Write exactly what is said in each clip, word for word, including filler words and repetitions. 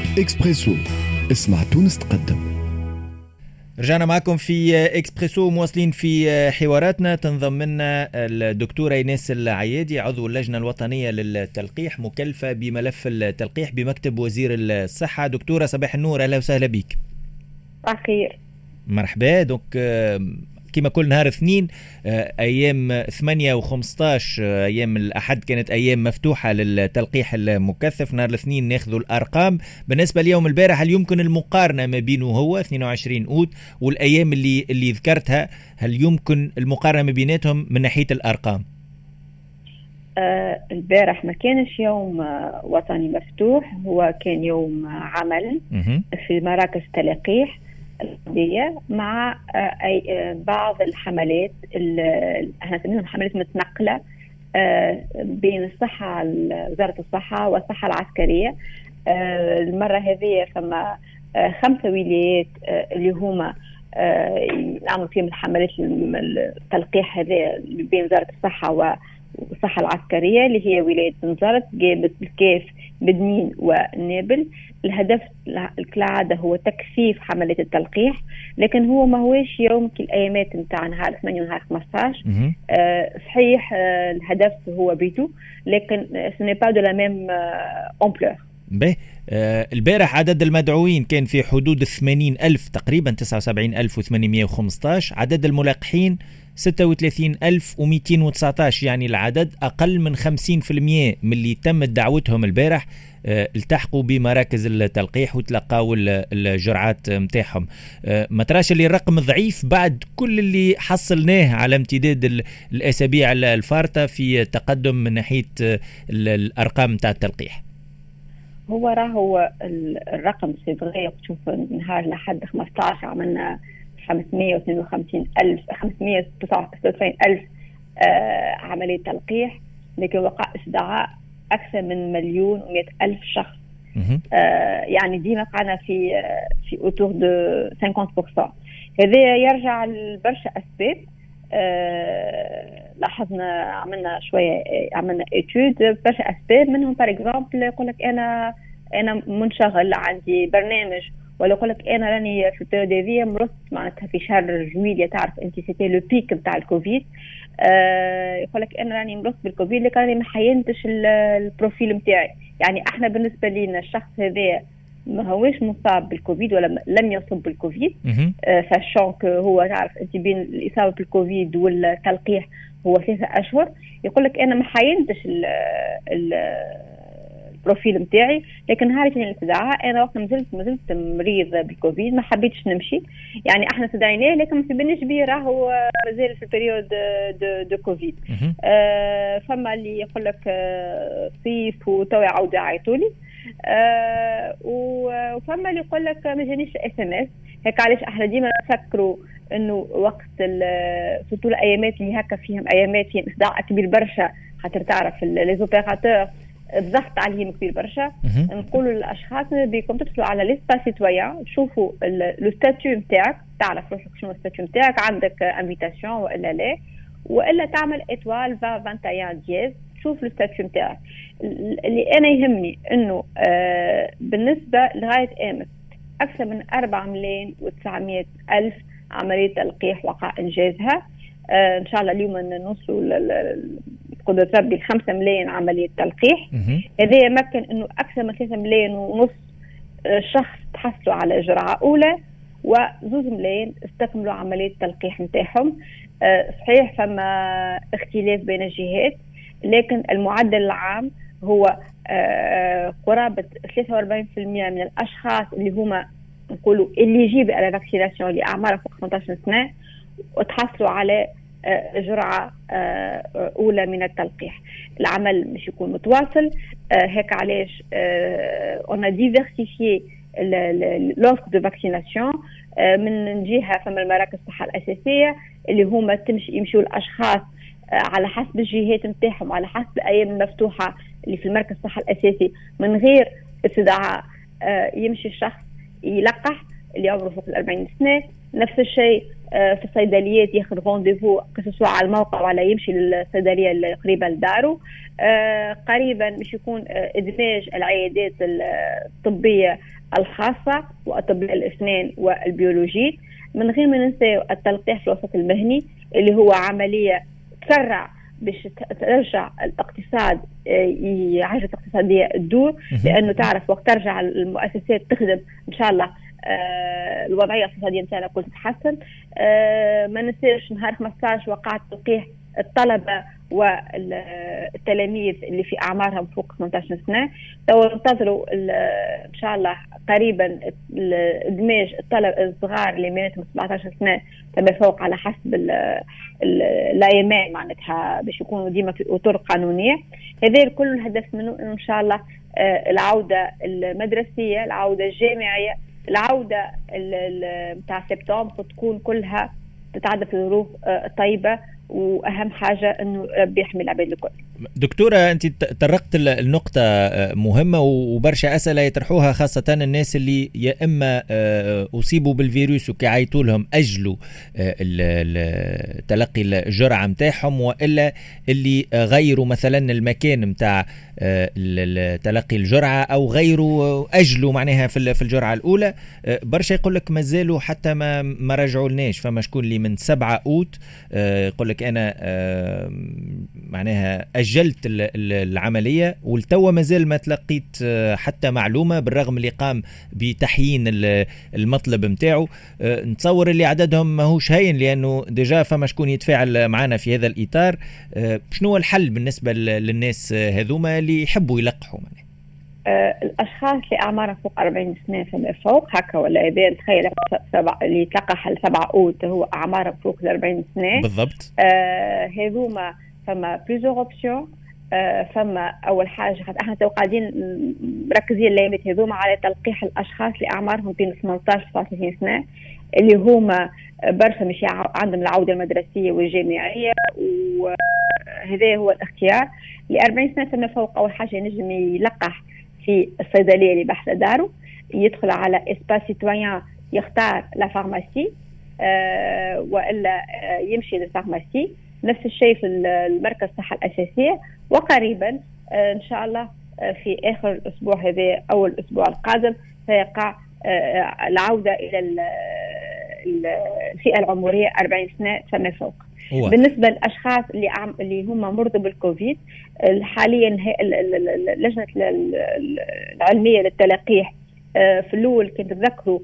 إكسبريسو، اسمع تونس تقدم. رجعنا معكم في إكسبريسو، مواصلين في حواراتنا. تنضم لنا الدكتورة إيناس العيادي، عضو اللجنة الوطنية للتلقيح، مكلفة بملف التلقيح بمكتب وزير الصحة. دكتورة صباح النور، أهلا وسهلا بك. أخير مرحبا. دوك كما كل نهار اثنين أيام ثمانية وخمستاش أيام الأحد كانت أيام مفتوحة للتلقيح المكثف. نهار الاثنين ناخذوا الأرقام. بالنسبة ليوم البارح، هل يمكن المقارنة ما بينه هو اثنين وعشرين أوت والأيام اللي اللي ذكرتها؟ هل يمكن المقارنة ما بيناتهم من ناحية الأرقام؟ آه البارح ما كانش يوم آه وطني مفتوح، هو كان يوم آه عمل في مراكز تلقيح القضية مع أي بعض الحملات اللي احنا نسميهم حملات متنقلة بين الصحة، وزارة الصحة والصحة العسكرية. المرة هذه فما خمسة ولايات اللي هما يعملوا فيهم الحملات التلقيح هذه بين وزارة الصحة والصحة العسكرية، اللي هي ولاية بنزرت، جابت، الكاف، بدنين ونابل. الهدف كالعادة هو تكثيف حملة التلقيح، لكن هو ما هوش يوم كالأيامات نتاع نهار ثمانية ونهار خمسطاش. آه صحيح، آه الهدف هو بيتو، لكن ce n'est pas de la même ampleur. به آه البارح عدد المدعوين كان في حدود الثمانين ألف تقريبا، تسعة وسبعين ألف وثمانمائة وخمسطاش. عدد الملقحين ستة وثلاثين ألف ومئتين وتسعطاش، يعني العدد أقل من خمسين بالمئة من اللي تمت دعوتهم البارح اه التحقوا بمراكز التلقيح وتلقاوا الجرعات متاعهم. اه ما تراش اللي الرقم ضعيف بعد كل اللي حصلناه على امتداد الأسابيع الفارطة في تقدم من ناحية الأرقام متاع التلقيح؟ هو راه هو الرقم سيفغي، تشوف نهار لحد خمسطاش عملنا خمسمائة واثنين وخمسين ألف خمسمائة وتسعة وثلاثين ألف آه عملية تلقيح، لكن وقع استدعاء أكثر من مليون ومئة ألف شخص. آه يعني ديما قعنا في آه في أوتور دو خمسين بالمئة. هذا يرجع لبرشا أسباب. آه لاحظنا، عملنا شوية عملنا إتيود برشا أسباب، منهم بار إكزامبل يقول لك أنا أنا منشغل، عندي برنامج، ولا يقول لك انا راني في البيريود هذه مرضت معناتها في شهر جويليا، تعرف انت سيتي لو بيك نتاع الكوفيد. آه يقول لك انا راني مرضت بالكوفيد، لكن راني ما حينتش البروفيل نتاعي. يعني احنا بالنسبه لنا الشخص هذا ما هوش مصاب بالكوفيد ولا لم يصب بالكوفيد. آه فالشونك هو، تعرف انت بين الاصابه بالكوفيد والتلقيح هو ثلاثة اشهر. يقول لك انا ما حينتش ال ال البروفيل متاعي، لكن نهار كان الاستدعاء انا وقت مازلت مازلت مريض بالكوفيد، ما حبيتش نمشي. يعني احنا استدعيناه لكن ما سبناش بيه، راهو مازال في البريود دو, دو كوفيد. آه فما اللي يقول لك آه صيف وتو يعاودوا يعيطوا لي. آه وفما اللي يقول لك ما جانيش اس ام اس. هيك علاش احنا ديما نفكروا انه وقت في طول الايامات اللي هكا فيهم ايامات فيهم استدعاء كبير برشا، خاطر تعرف لي زوبيراتور الضغط عليهم كبير برشا. نقولوا للاشخاص بكم تدخلوا على ليسباس سيتويان، شوفوا لو ستاتيو نتاعك، تعرف روحك شنو الستاتيو نتاعك، عندك انفيتاسيون ولا لا، والا تعمل اتوال واحد وعشرين دياز، تشوف لو ستاتيو نتاعك. اللي انا يهمني انه آه بالنسبه لغايه امس اكثر من أربعة ملايين وتسعمائة ألف عمليه تلقيح وقع انجازها. آه ان شاء الله اليوم نوصلوا قدرة ربي خمسة ملايين عملية تلقيح. هذا يمكن انه اكثر من ثلاثة ملايين ونص شخص تحصلوا على جرعة اولى، وزوز ملايين استكملوا عملية تلقيح نتاعهم. أه صحيح فما اختلاف بين الجهات، لكن المعدل العام هو أه قرابة ثلاثة وأربعين بالمئة من الاشخاص اللي هما نقولوا اللي يجيب على فاكسيناسيون اللي اعمارها فوق ثمانية عشر سنة وتحصلوا على جرعة أولى من التلقيح. العمل مش يكون متواصل. هيك علاش on a diversifié l'offre de vaccination. من جهة فما المراكز الصحة الأساسية اللي هما تمشي يمشوا الأشخاص على حسب الجهات نتاعهم، على حسب الأيام المفتوحة اللي في المركز الصحة الأساسي، من غير استدعاء يمشي الشخص يلقح اللي عمره فوق الأربعين سنة. نفس الشيء في الصيدليات ياخذ رونديفو كسوا على الموقع ولا يمشي للصيدليه اللي قريبه لداره. قريبا باش يكون ادماج العيادات الطبيه الخاصه واطباء الاسنان والبيولوجي، من غير ما ننسى التلقيح في الوسط المهني اللي هو عمليه تسرع باش ترجع الاقتصاد عجلة اقتصادية تدور، لأنه تعرف وقت ترجع المؤسسات تخدم إن شاء الله الوضعية الاقتصادية نتاعنا كل تتحسن. ما ننساش نهار خمسطاش وقع تلقيح الطلبة والتلاميذ اللي في أعمارهم فوق ثمانية عشر سنة. تو ننتظروا إن شاء الله قريبا إدماج الطلبة الصغار اللي ماتوا سبعة عشر سنة فما فوق على حسب الأيمان معناتها باش يكونوا ديما في أطر قانونية. هذا كل الهدف منه إنه إن شاء الله العودة المدرسية، العودة الجامعية، العودة متاع سبتمبر تكون كلها تتعدى في ظروف طيبة، واهم حاجه انه ربي يحمي العباد الكل. دكتوره انت طرقت النقطه مهمه وبرشا اسئله يطرحوها خاصه الناس اللي يا اما اصيبوا بالفيروس وكيعيطوا لهم اجلوا تلقي الجرعه نتاعهم، والا اللي غيروا مثلا المكان نتاع تلقي الجرعه او غيروا اجلوا معناها في الجرعه الاولى. برشا يقول لك مازالوا حتى ما ما رجعوا لناش. فما شكون اللي من سبعة اوت يقول لك انا معناها اجلت العمليه والتو مازال ما تلقيت حتى معلومه، بالرغم اللي قام بتحيين المطلب نتاعو. نتصور اللي عددهم ماهوش هين، لانه ديجا فما شكون يتفاعل معنا في هذا الاطار. شنو الحل بالنسبه للناس هذوما اللي يحبوا يلقحوا؟ أه الاشخاص اللي اعمارهم فوق أربعين سنه فما فوق هكا، ولا اذا تخيل سبع اللي تلقح السبعة اوت هو اعمارهم فوق أربعين سنه بالضبط. أه هذوما فما بليزور اوبسيون. أه فما اول حاجه خاطر احنا تو قاعدين مركزين الايامات هذوما على تلقيح الاشخاص اللي اعمارهم بين ثمانية عشر سبعة وثلاثين سنه، اللي هما برشا مش عندهم العوده المدرسيه والجامعيه، وهذا هو الاختيار. ل أربعين سنه فما فوق اول حاجه ينجم يلقح في الصيدليه اللي بحث داره، يدخل على اسباس سيتويان يختار لا فارماسي أه والا أه يمشي للفارماسي. نفس الشيء في المركز الصحه الاساسيه. وقريبا أه ان شاء الله أه في اخر الاسبوع هذا او الاسبوع القادم سيقع أه العوده الى الفئه العمريه أربعين سنه فما فوق. هو. بالنسبه للاشخاص اللي عم اللي هم مرضى بالكوفيد، حاليا اللجنه العلميه للتلقيح في الاول كنت تذكروا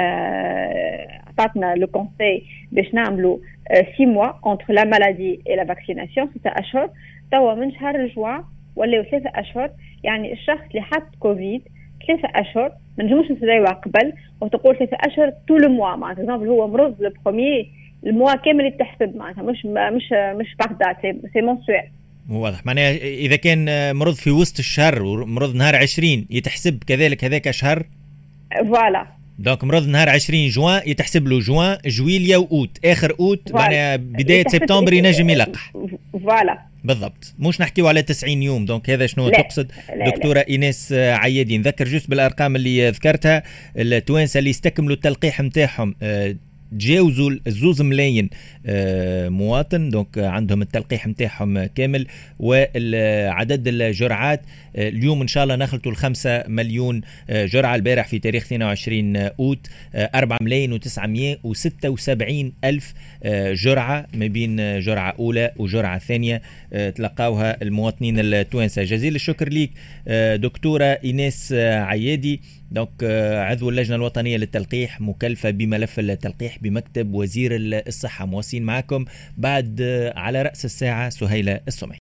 اعطتنا لو كونساي باش نعملوا ستة موا انتر لا مالادي اي لا فاكسيناسيون، ستة اشهر. توا من شهر جوان ولاو ثلاثة اشهر، يعني الشخص اللي حط كوفيد ثلاثة اشهر ما نجموش نسدايوها قبل وتقول ثلاثة اشهر طول موا. معناتها هو مرض البروميي الموا كامل تحسب، معناتها مش مش مش باغ سي منسوال. واضح. معناها اذا كان مرض في وسط الشهر ومرض نهار عشرين يتحسب كذلك هذاك شهر. فوالا. دونك مرض نهار عشرين جوان يتحسب له جوان جويليا واوت، اخر اوت معناها بدايه سبتمبر ينجم يلقح. فوالا بالضبط. مش نحكيو على تسعين يوم. دونك هذا شنو لا. تقصد لا دكتوره لا. ايناس عيادي. نذكر جوست بالارقام اللي ذكرتها، التوانسه اللي استكملوا التلقيح نتاعهم تجاوزوا الزوز ملايين مواطن، دونك عندهم التلقيح نتاعهم كامل. وعدد الجرعات اليوم ان شاء الله نخلطوا الخمسة مليون جرعه. البارح في تاريخ اثنين وعشرين اوت أربعة ملايين وتسعمية وستة وسبعين الف جرعه، ما بين جرعه اولى وجرعه ثانيه تلقاوها المواطنين التوانسه. جزيل الشكر ليك دكتوره ايناس عيادي، دونك عضو اللجنه الوطنيه للتلقيح مكلفه بملف التلقيح بمكتب وزير الصحه. مواصلين معكم بعد على راس الساعه سهيله السمعي.